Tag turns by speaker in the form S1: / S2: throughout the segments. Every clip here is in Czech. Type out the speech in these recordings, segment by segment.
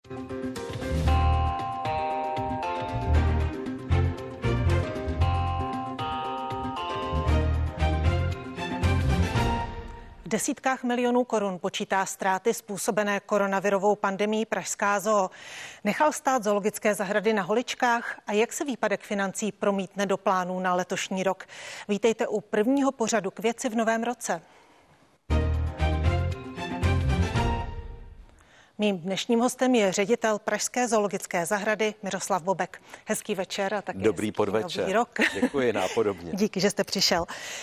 S1: V desítkách milionů korun počítá ztráty způsobené koronavirovou pandemií pražská zoo. Nechal stát zoologické zahrady na holičkách a jak se výpadek financí promítne do plánů na letošní rok? Vítejte u prvního pořadu K věci v novém roce. Mým dnešním hostem je ředitel pražské zoologické zahrady Miroslav Bobek. Hezký večer a taky
S2: dobrý podvečer.
S1: Nový rok.
S2: Děkuji, nápodobně.
S1: Díky, že jste přišel.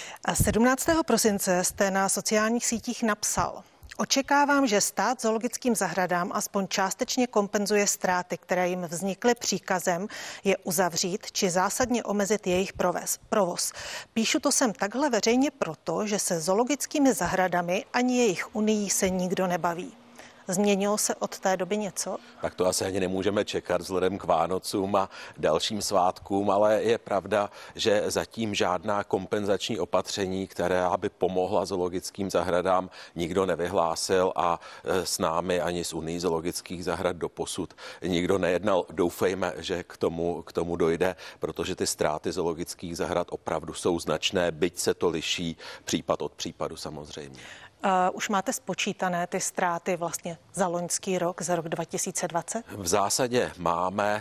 S1: 17. prosince jste na sociálních sítích napsal: Očekávám, že stát zoologickým zahradám aspoň částečně kompenzuje ztráty, které jim vznikly příkazem je uzavřít či zásadně omezit jejich provoz. Píšu to sem takhle veřejně proto, že se zoologickými zahradami ani jejich unií se nikdo nebaví. Změnilo se od té doby něco?
S2: Tak to asi ani nemůžeme čekat vzhledem k Vánocům a dalším svátkům, ale je pravda, že zatím žádná kompenzační opatření, která by pomohla zoologickým zahradám, nikdo nevyhlásil a s námi ani s Unií zoologických zahrad doposud nikdo nejednal. Doufejme, že k tomu dojde, protože ty ztráty zoologických zahrad opravdu jsou značné, byť se to liší případ od případu samozřejmě.
S1: Už máte spočítané ty ztráty vlastně za loňský rok, za rok 2020? V
S2: zásadě máme,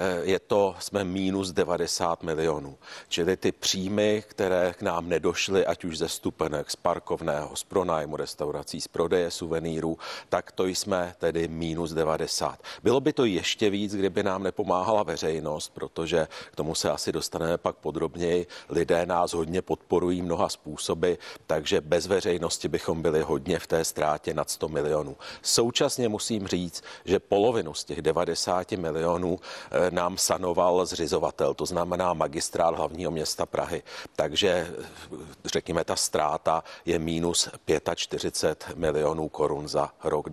S2: jsme minus 90 milionů. Čili ty příjmy, které k nám nedošly, ať už ze vstupenek, z parkovného, z pronájmu restaurací, z prodeje suvenýrů, tak to jsme tedy minus 90. Bylo by to ještě víc, kdyby nám nepomáhala veřejnost, protože k tomu se asi dostaneme pak podrobněji. Lidé nás hodně podporují mnoha způsoby, takže bez veřejnosti bychom byli hodně v té ztrátě nad 100 milionů. Současně musím říct, že polovinu z těch 90 milionů nám sanoval zřizovatel, to znamená Magistrát hlavního města Prahy. Takže řekněme, ta ztráta je minus 45 milionů korun za rok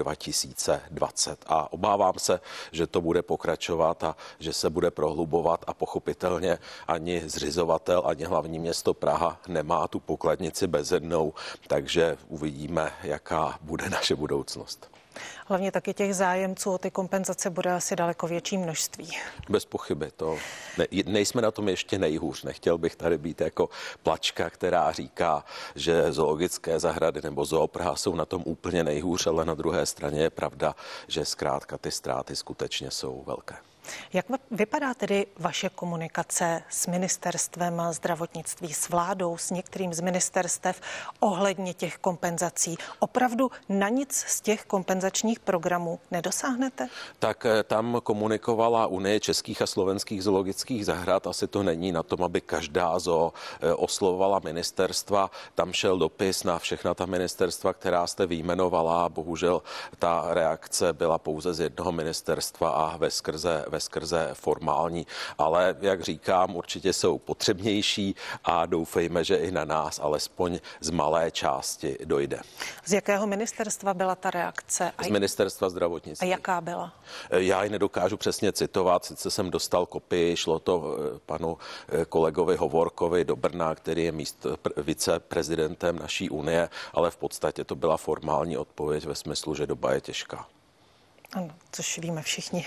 S2: 2020. A obávám se, že to bude pokračovat a že se bude prohlubovat a pochopitelně ani zřizovatel, ani hlavní město Praha nemá tu pokladnici bezednou, takže uvidíme, jaká bude naše budoucnost.
S1: Hlavně taky těch zájemců o ty kompenzace bude asi daleko větší množství.
S2: Bez pochyby. Nejsme na tom ještě nejhůř. Nechtěl bych tady být jako plačka, která říká, že zoologické zahrady nebo Zoo Praha jsou na tom úplně nejhůř, ale na druhé straně je pravda, že zkrátka ty ztráty skutečně jsou velké.
S1: Jak vypadá tedy vaše komunikace s ministerstvem zdravotnictví, s vládou, s některým z ministerstev ohledně těch kompenzací? Opravdu na nic z těch kompenzačních programů nedosáhnete?
S2: Tak tam komunikovala Unie českých a slovenských zoologických zahrad. Asi to není na tom, aby každá zoo oslovovala ministerstva. Tam šel dopis na všechna ta ministerstva, která jste vyjmenovala. Bohužel ta reakce byla pouze z jednoho ministerstva a veskrze formální, ale jak říkám, určitě jsou potřebnější a doufejme, že i na nás alespoň z malé části dojde.
S1: Z jakého ministerstva byla ta reakce?
S2: Z ministerstva zdravotnictví.
S1: A jaká byla?
S2: Já ji nedokážu přesně citovat, sice jsem dostal kopii, šlo to panu kolegovi Hovorkovi do Brna, který je viceprezidentem naší unie, ale v podstatě to byla formální odpověď ve smyslu, že doba je těžká.
S1: Ano, což víme všichni.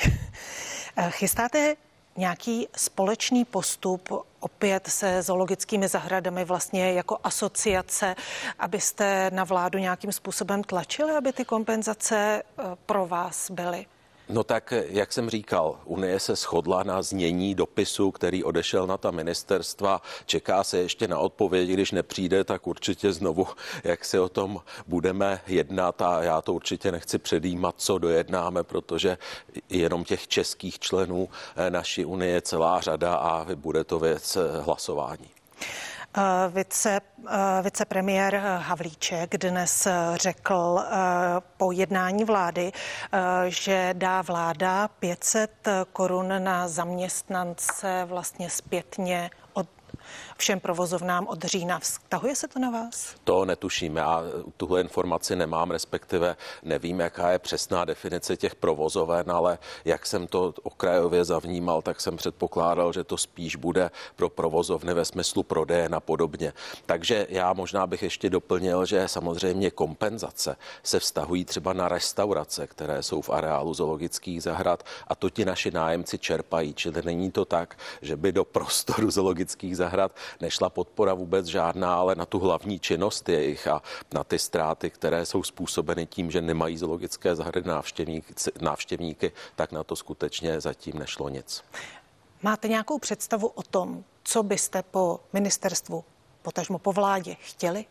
S1: Chystáte nějaký společný postup opět se zoologickými zahradami vlastně jako asociace, abyste na vládu nějakým způsobem tlačili, aby ty kompenzace pro vás byly?
S2: No tak, jak jsem říkal, Unie se shodla na znění dopisu, který odešel na ta ministerstva. Čeká se ještě na odpověď, když nepřijde, tak určitě znovu, jak si o tom budeme jednat a já to určitě nechci předjímat, co dojednáme, protože jenom těch českých členů naší Unie je celá řada a bude to věc hlasování.
S1: Vicepremiér Havlíček dnes řekl po jednání vlády, že dá vláda 500 korun na zaměstnance vlastně zpětně všem provozovnám od října. Vztahuje se to na vás?
S2: To netuším. Já tuhle informaci nemám, respektive nevím, jaká je přesná definice těch provozoven, ale jak jsem to okrajově zavnímal, tak jsem předpokládal, že to spíš bude pro provozovny ve smyslu prodeje a podobně. Takže já možná bych ještě doplnil, že samozřejmě kompenzace se vztahují třeba na restaurace, které jsou v areálu zoologických zahrad, a to ti naši nájemci čerpají. Čili není to tak, že by do prostoru zoologických zahrad nešla podpora vůbec žádná, ale na tu hlavní činnost jejich a na ty ztráty, které jsou způsobeny tím, že nemají zoologické zahrady návštěvníky, tak na to skutečně zatím nešlo nic.
S1: Máte nějakou představu o tom, co byste po ministerstvu, potažmo po vládě chtěli?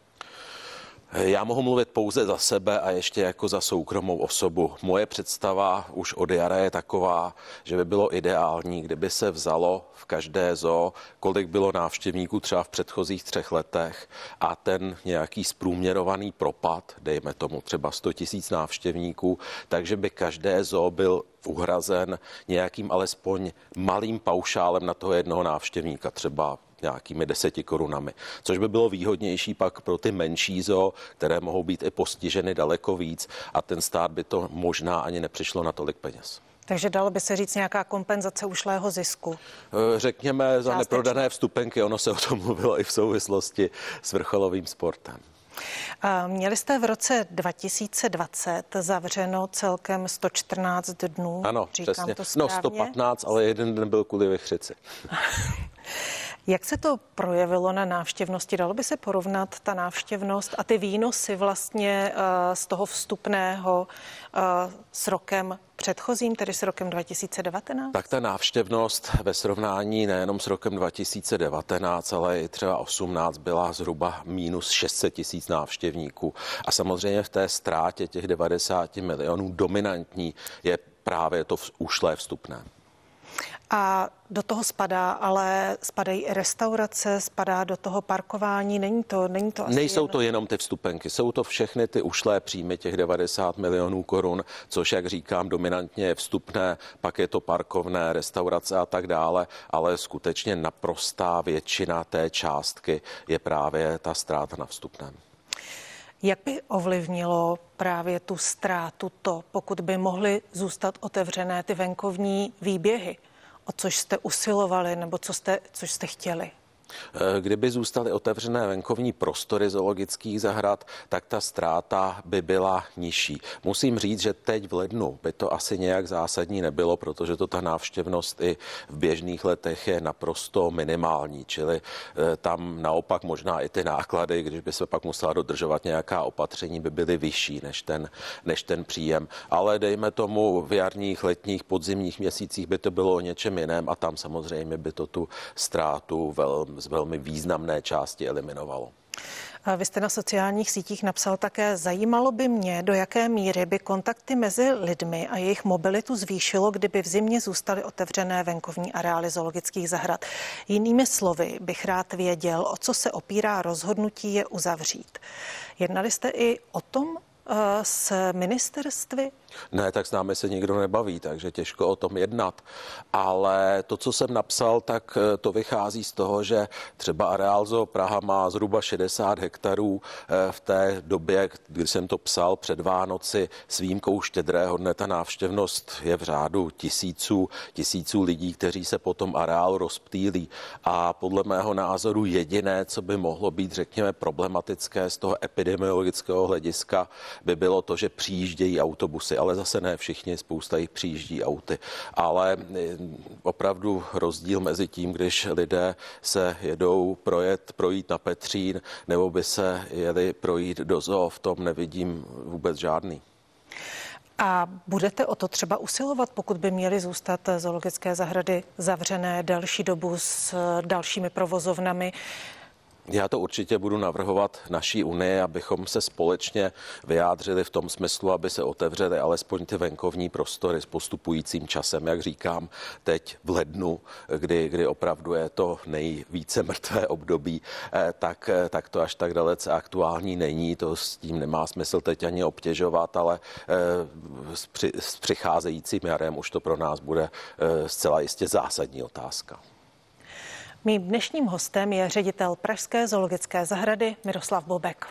S2: Já mohu mluvit pouze za sebe a ještě jako za soukromou osobu. Moje představa už od jara je taková, že by bylo ideální, kdyby se vzalo v každé zoo, kolik bylo návštěvníků třeba v předchozích 3 letech a ten nějaký zprůměrovaný propad, dejme tomu třeba 100 000 návštěvníků, takže by každé zoo byl uhrazen nějakým alespoň malým paušálem na toho jednoho návštěvníka, třeba nějakými 10 korunami, což by bylo výhodnější pak pro ty menší zoo, které mohou být i postiženy daleko víc a ten stát by to možná ani nepřišlo na tolik peněz.
S1: Takže dalo by se říct nějaká kompenzace ušlého zisku?
S2: Řekněme za neprodané vstupenky, ono se o tom mluvilo i v souvislosti s vrcholovým sportem.
S1: Měli jste v roce 2020 zavřeno celkem 114 dnů.
S2: Ano,
S1: říkám
S2: přesně.
S1: To správně?
S2: 115, ale jeden den byl kvůli vichřici.
S1: Jak se to projevilo na návštěvnosti? Dalo by se porovnat ta návštěvnost a ty výnosy vlastně z toho vstupného s rokem předchozím, tedy s rokem 2019? Tak
S2: ta návštěvnost ve srovnání nejenom s rokem 2019, ale i třeba 18 byla zhruba minus 600 000 návštěvníků. A samozřejmě v té ztrátě těch 90 milionů dominantní je právě to ušlé vstupné.
S1: A do toho spadají i restaurace, spadá do toho parkování, není to asi
S2: Nejsou to jenom ty vstupenky, jsou to všechny ty ušlé příjmy těch 90 milionů korun, což, jak říkám, dominantně je vstupné, pak je to parkovné, restaurace a tak dále, ale skutečně naprostá většina té částky je právě ta ztráta na vstupném.
S1: Jak by ovlivnilo právě tu ztrátu pokud by mohly zůstat otevřené ty venkovní výběhy, o což jste usilovali nebo což jste chtěli?
S2: Kdyby zůstaly otevřené venkovní prostory zoologických zahrad, tak ta ztráta by byla nižší. Musím říct, že teď v lednu by to asi nějak zásadní nebylo, protože to ta návštěvnost i v běžných letech je naprosto minimální, čili tam naopak možná i ty náklady, když by se pak musela dodržovat nějaká opatření, by byly vyšší než ten příjem. Ale dejme tomu v jarních, letních, podzimních měsících by to bylo o něčem jiném a tam samozřejmě by to tu ztrátu z velmi významné části eliminovalo.
S1: Vy jste na sociálních sítích napsal také: zajímalo by mě, do jaké míry by kontakty mezi lidmi a jejich mobilitu zvýšilo, kdyby v zimě zůstaly otevřené venkovní areály zoologických zahrad. Jinými slovy bych rád věděl, o co se opírá rozhodnutí je uzavřít. Jednali jste i o tom s ministerstvy?
S2: Ne, tak s námi se nikdo nebaví, takže těžko o tom jednat. Ale to, co jsem napsal, tak to vychází z toho, že třeba areál Zoo Praha má zhruba 60 hektarů. V té době, kdy jsem to psal před Vánoci, s výjimkou Štědrého dne, ta návštěvnost je v řádu tisíců lidí, kteří se po tom areálu rozptýlí. A podle mého názoru jediné, co by mohlo být, řekněme, problematické z toho epidemiologického hlediska, by bylo to, že přijíždějí autobusy, ale zase ne všichni, spousta jich přijíždí auty. Ale opravdu rozdíl mezi tím, když lidé se jedou projít na Petřín, nebo by se jeli projít do zoo, v tom nevidím vůbec žádný.
S1: A budete o to třeba usilovat, pokud by měly zůstat zoologické zahrady zavřené delší dobu s dalšími provozovnami?
S2: Já to určitě budu navrhovat naší unii, abychom se společně vyjádřili v tom smyslu, aby se otevřely alespoň ty venkovní prostory s postupujícím časem. Jak říkám, teď v lednu, kdy opravdu je to nejvíce mrtvé období, tak to až tak dalece aktuální není. To s tím nemá smysl teď ani obtěžovat, ale s přicházejícím jarem už to pro nás bude zcela jistě zásadní otázka.
S1: Mým dnešním hostem je ředitel Pražské zoologické zahrady Miroslav Bobek.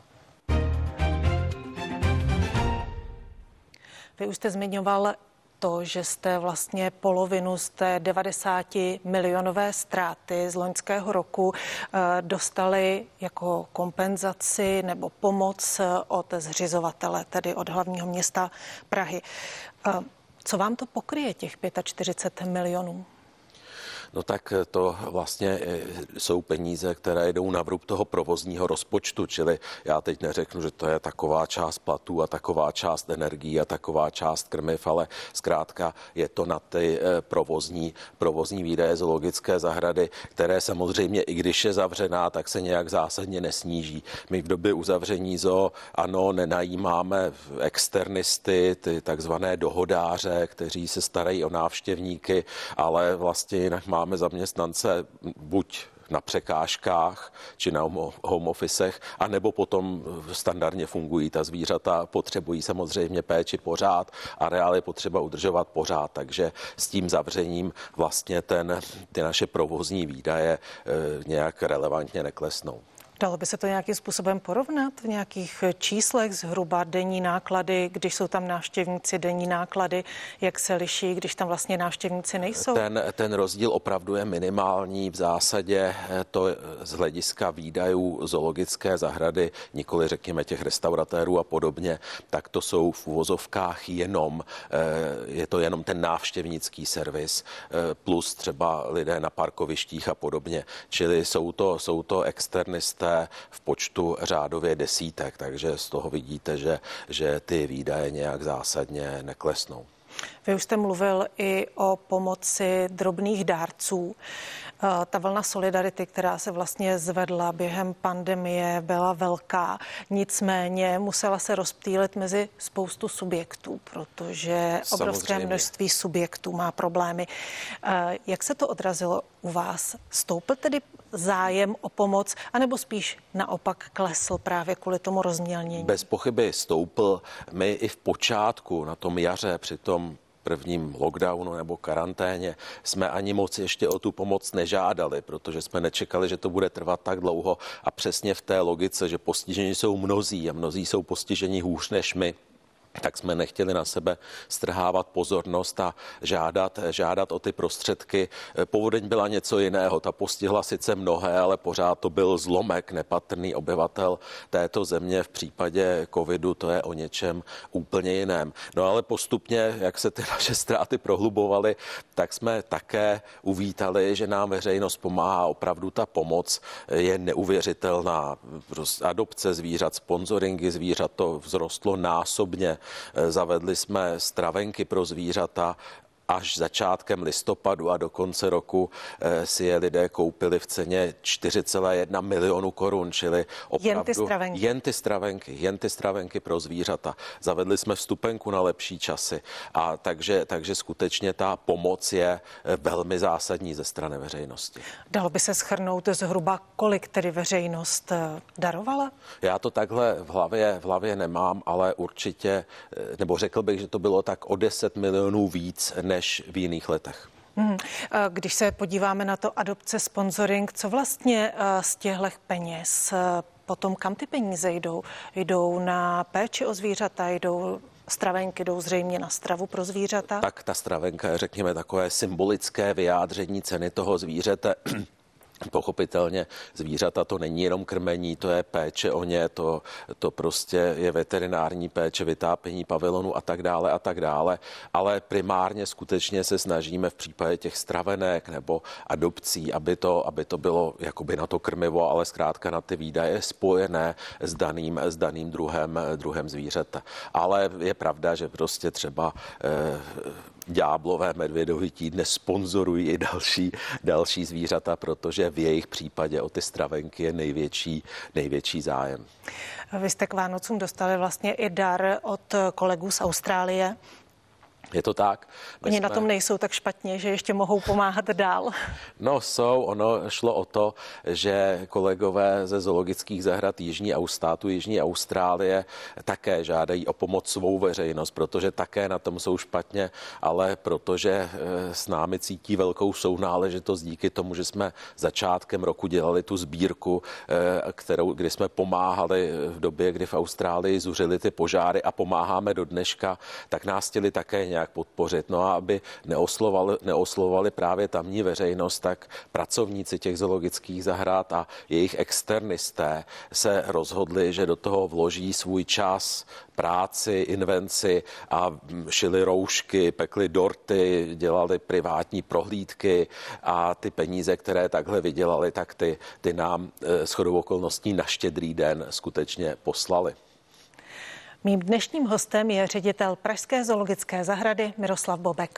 S1: Vy už jste zmiňoval to, že jste vlastně polovinu z té 90 milionové ztráty z loňského roku dostali jako kompenzaci nebo pomoc od zřizovatele, tedy od hlavního města Prahy. Co vám to pokryje, těch 45 milionů?
S2: No tak to vlastně jsou peníze, které jdou na vrub toho provozního rozpočtu, čili já teď neřeknu, že to je taková část platů a taková část energií a taková část krmiv, ale zkrátka je to na ty provozní výdaje zoologické zahrady, které samozřejmě, i když je zavřená, tak se nějak zásadně nesníží. My v době uzavření zoo, ano, nenajímáme externisty, ty takzvané dohodáře, kteří se starají o návštěvníky, ale vlastně jinak máme zaměstnance buď na překážkách či na home officech, anebo potom standardně fungují ta zvířata, potřebují samozřejmě péči pořád, areál je potřeba udržovat pořád, takže s tím zavřením vlastně ty naše provozní výdaje nějak relevantně neklesnou.
S1: Dalo by se to nějakým způsobem porovnat v nějakých číslech, zhruba denní náklady, když jsou tam návštěvníci, denní náklady, jak se liší, když tam vlastně návštěvníci nejsou?
S2: Ten rozdíl opravdu je minimální. V zásadě to z hlediska výdajů zoologické zahrady, nikoli řekněme těch restauratérů a podobně, tak to jsou v uvozovkách je to jenom ten návštěvnický servis plus třeba lidé na parkovištích a podobně. Čili jsou to externisté v počtu řádově desítek, takže z toho vidíte, že ty výdaje nějak zásadně neklesnou.
S1: Vy už jste mluvil i o pomoci drobných dárců. Ta vlna solidarity, která se vlastně zvedla během pandemie, byla velká. Nicméně musela se rozptýlit mezi spoustu subjektů, protože obrovské množství subjektů má problémy. Jak se to odrazilo u vás? Stoupl tedy zájem o pomoc, anebo spíš naopak klesl právě kvůli tomu rozmělnění?
S2: Bez pochyby stoupl. My i v počátku, na tom jaře, při tom prvním lockdownu nebo karanténě, jsme ani moc ještě o tu pomoc nežádali, protože jsme nečekali, že to bude trvat tak dlouho a přesně v té logice, že postižení jsou mnozí a mnozí jsou postiženi hůř než my, tak jsme nechtěli na sebe strhávat pozornost a žádat o ty prostředky. Povodeň byla něco jiného. Ta postihla sice mnohé, ale pořád to byl zlomek, nepatrný obyvatel této země. V případě covidu to je o něčem úplně jiném. No ale postupně, jak se ty naše ztráty prohlubovaly, tak jsme také uvítali, že nám veřejnost pomáhá. Opravdu ta pomoc je neuvěřitelná. Adopce zvířat, sponzoringy zvířat, to vzrostlo násobně. Zavedli jsme stravenky pro zvířata. Až začátkem listopadu a do konce roku si je lidé koupili v ceně 4,1 milionu korun, čili opravdu jen ty stravenky pro zvířata. Zavedli jsme vstupenku na lepší časy a takže skutečně ta pomoc je velmi zásadní ze strany veřejnosti.
S1: Dalo by se shrnout zhruba, kolik tedy veřejnost darovala?
S2: Já to takhle v hlavě nemám, ale určitě, nebo řekl bych, že to bylo tak o 10 milionů víc než v jiných letech.
S1: Když se podíváme na to adopce, sponsoring, co vlastně z těchto peněz potom kam ty peníze jdou? Jdou na péči o zvířata, stravenky jdou zřejmě na stravu pro zvířata?
S2: Tak ta stravenka je, řekněme, takové symbolické vyjádření ceny toho zvířete. Pochopitelně zvířata to není jenom krmení, to je péče o ně, to prostě je veterinární péče, vytápění pavilonu a tak dále, ale primárně skutečně se snažíme v případě těch stravenek nebo adopcí, aby to bylo jakoby na to krmivo, ale zkrátka na ty výdaje spojené s daným druhem zvířete. Ale je pravda, že prostě třeba Ďáblové medvědovití dnes sponzorují i další zvířata, protože v jejich případě o ty stravenky je největší zájem.
S1: Vy jste k Vánocům dostali vlastně i dar od kolegů z Austrálie.
S2: Je to tak.
S1: Oni na tom nejsou tak špatně, že ještě mohou pomáhat dál.
S2: No ono šlo o to, že kolegové ze zoologických zahrad státu Jižní Austrálie také žádají o pomoc svou veřejnost, protože také na tom jsou špatně, ale protože s námi cítí velkou sounáležitost díky tomu, že jsme začátkem roku dělali tu sbírku, kdy jsme pomáhali v době, kdy v Austrálii zuřily ty požáry a pomáháme do dneška, tak nás chtěli také nějak podpořit. No a aby neoslovali právě tamní veřejnost, tak pracovníci těch zoologických zahrad a jejich externisté se rozhodli, že do toho vloží svůj čas, práci, invenci a šili roušky, pekli dorty, dělali privátní prohlídky a ty peníze, které takhle vydělali, tak ty nám shodou okolností na Štědrý den skutečně poslali.
S1: Mým dnešním hostem je ředitel Pražské zoologické zahrady Miroslav Bobek.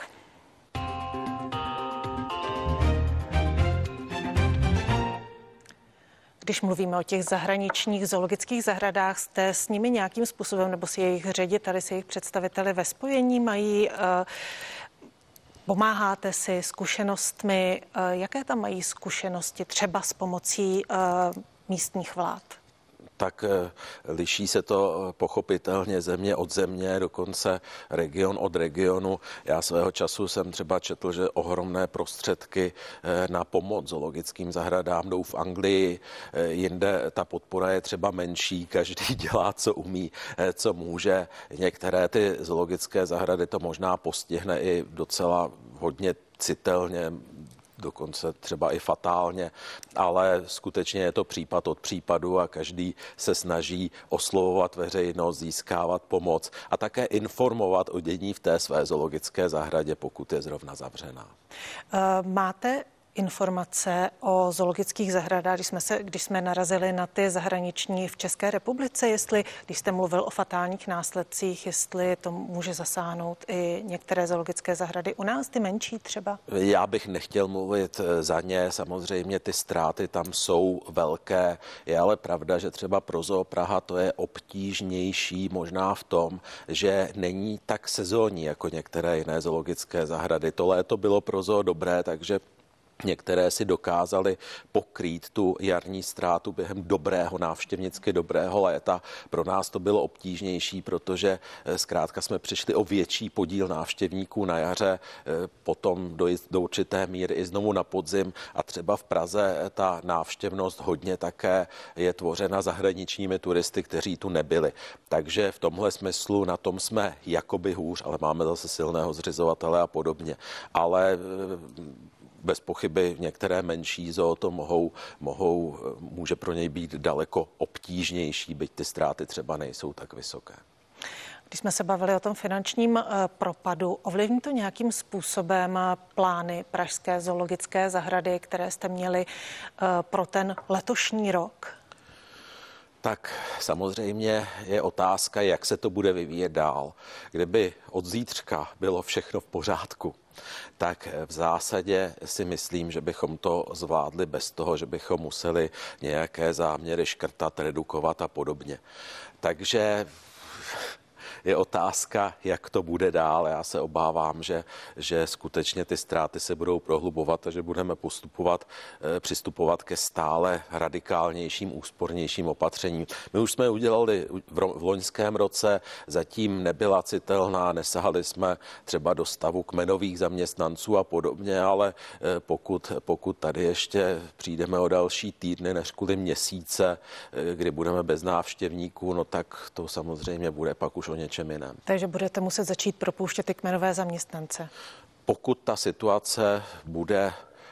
S1: Když mluvíme o těch zahraničních zoologických zahradách, jste s nimi nějakým způsobem nebo s jejich řediteli, s jejich představiteli ve spojení, pomáháte si zkušenostmi, jaké tam mají zkušenosti třeba s pomocí místních vlád?
S2: Tak liší se to pochopitelně země od země, dokonce region od regionu. Já svého času jsem třeba četl, že ohromné prostředky na pomoc zoologickým zahradám jdou v Anglii, jinde ta podpora je třeba menší, každý dělá, co umí, co může. Některé ty zoologické zahrady to možná postihne i docela hodně citelně, dokonce třeba i fatálně, ale skutečně je to případ od případu a každý se snaží oslovovat veřejnost, získávat pomoc a také informovat o dění v té své zoologické zahradě, pokud je zrovna zavřená.
S1: Máte informace o zoologických zahradách, když jsme narazili na ty zahraniční v České republice, když jste mluvil o fatálních následcích, jestli to může zasáhnout i některé zoologické zahrady u nás, ty menší třeba? Já
S2: bych nechtěl mluvit za ně, samozřejmě ty ztráty tam jsou velké, je ale pravda, že třeba pro Zoo Praha to je obtížnější možná v tom, že není tak sezónní jako některé jiné zoologické zahrady. To léto bylo pro zoo dobré, takže některé si dokázali pokrýt tu jarní ztrátu během návštěvnicky dobrého léta. Pro nás to bylo obtížnější, protože zkrátka jsme přišli o větší podíl návštěvníků na jaře, potom do určité míry i znovu na podzim a třeba v Praze ta návštěvnost hodně také je tvořena zahraničními turisty, kteří tu nebyli. Takže v tomhle smyslu na tom jsme jakoby hůř, ale máme zase silného zřizovatele a podobně. Ale bez pochyby některé menší zoo to může pro něj být daleko obtížnější, byť ty ztráty třeba nejsou tak vysoké.
S1: Když jsme se bavili o tom finančním propadu, ovlivní to nějakým způsobem plány Pražské zoologické zahrady, které jste měli pro ten letošní rok?
S2: Tak samozřejmě je otázka, jak se to bude vyvíjet dál. Kdyby od zítřka bylo všechno v pořádku, tak v zásadě si myslím, že bychom to zvládli bez toho, že bychom museli nějaké záměry škrtat, redukovat a podobně. Takže je otázka, jak to bude dál. Já se obávám, že skutečně ty ztráty se budou prohlubovat a že budeme přistupovat ke stále radikálnějším, úspornějším opatřením. My už jsme udělali v loňském roce, zatím nebyla citelná, nesahali jsme třeba do stavu kmenových zaměstnanců a podobně, ale pokud tady ještě přijdeme o další týdny, než kvůli měsíce, kdy budeme bez návštěvníků, no tak to samozřejmě bude pak už o něčem jiném.
S1: Takže budete muset začít propouštět ty kmenové zaměstnance.
S2: Pokud ta situace bude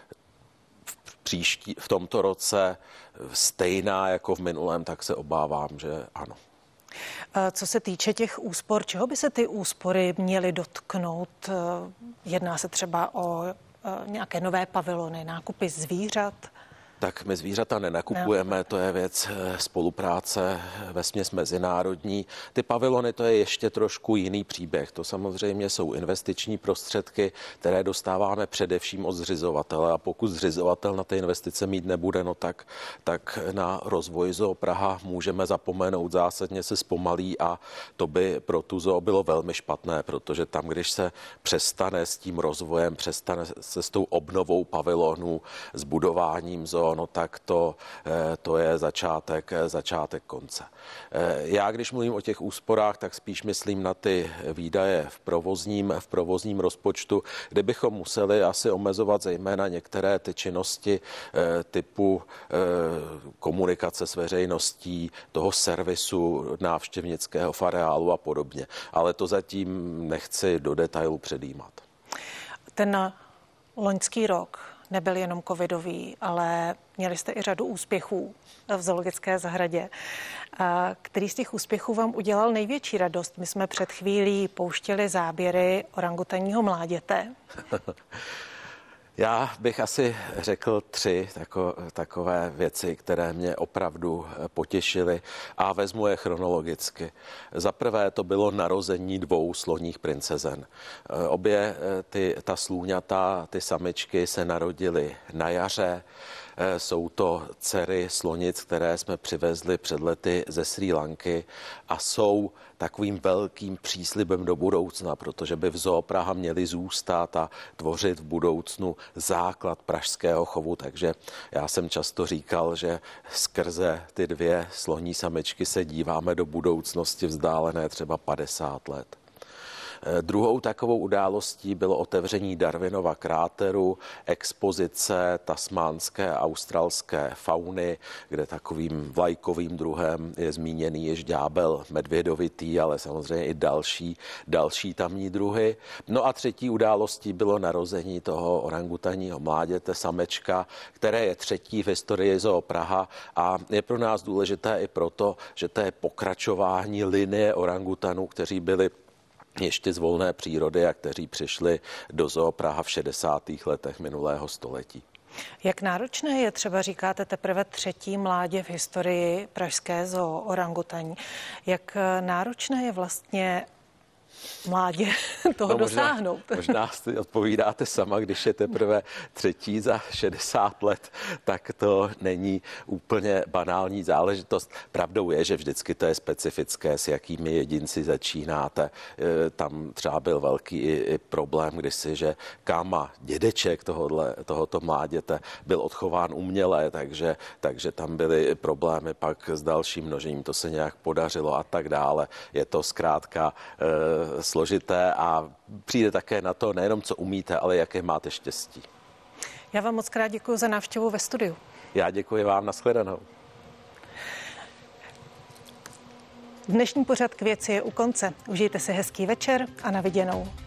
S2: v tomto roce stejná jako v minulém, tak se obávám, že ano.
S1: Co se týče těch úspor, čeho by se ty úspory měly dotknout? Jedná se třeba o nějaké nové pavilony, nákupy zvířat?
S2: Tak my zvířata nenakupujeme, to je věc spolupráce vesměs mezinárodní. Ty pavilony, to je ještě trošku jiný příběh. To samozřejmě jsou investiční prostředky, které dostáváme především od zřizovatele. A pokud zřizovatel na ty investice mít nebude, no tak na rozvoj Zoo Praha můžeme zapomenout, zásadně se zpomalí a to by pro tu zoo bylo velmi špatné, protože tam, když se přestane s tím rozvojem, přestane se s tou obnovou pavilonů, s budováním zoo, no tak to je začátek konce. Já, když mluvím o těch úsporách, tak spíš myslím na ty výdaje v provozním rozpočtu, kde bychom museli asi omezovat zejména některé ty činnosti typu komunikace s veřejností, toho servisu návštěvnického v areálu a podobně. Ale to zatím nechci do detailu předjímat.
S1: Ten loňský rok nebyl jenom covidový, ale měli jste i řadu úspěchů v zoologické zahradě. Který z těch úspěchů vám udělal největší radost? My jsme před chvílí pouštěli záběry orangutanního mláděte.
S2: Já bych asi řekl 3 takové věci, které mě opravdu potěšily a vezmu je chronologicky. Za prvé to bylo narození 2 sloních princezen. Obě ta slůňata, ty samičky se narodily na jaře. Jsou to dcery slonic, které jsme přivezli před lety ze Srí Lanky a jsou takovým velkým příslibem do budoucna, protože by v Zoo Praha měly zůstat a tvořit v budoucnu základ pražského chovu. Takže já jsem často říkal, že skrze ty 2 sloní samičky se díváme do budoucnosti vzdálené třeba 50 let. Druhou takovou událostí bylo otevření Darwinova kráteru, expozice tasmánské a australské fauny, kde takovým vlajkovým druhem je zmíněný již ďábel medvědovitý, ale samozřejmě i další tamní druhy. No a třetí událostí bylo narození toho orangutanního mláděte, samečka, které je 3. v historii Zoo Praha a je pro nás důležité i proto, že to je pokračování linie orangutanů, kteří byli ještě z volné přírody a kteří přišli do Zoo Praha v 60. letech minulého století.
S1: Jak náročné je, třeba říkáte teprve 3. mládě v historii pražské zoo orangutaní, jak náročné je vlastně mládě toho dosáhnout?
S2: Možná si odpovídáte sama, když je teprve 3. za 60 let, tak to není úplně banální záležitost. Pravdou je, že vždycky to je specifické, s jakými jedinci začínáte. Tam třeba byl velký i problém kdysi, že káma, dědeček tohoto mláděte byl odchován uměle, takže tam byly problémy pak s dalším množením, to se nějak podařilo a tak dále. Je to zkrátka složité a přijde také na to nejenom, co umíte, ale jaké máte štěstí.
S1: Já vám moc krát děkuji za návštěvu ve studiu.
S2: Já děkuji vám, nashledanou.
S1: Dnešní pořad K věci je u konce. Užijte si hezký večer a na viděnou.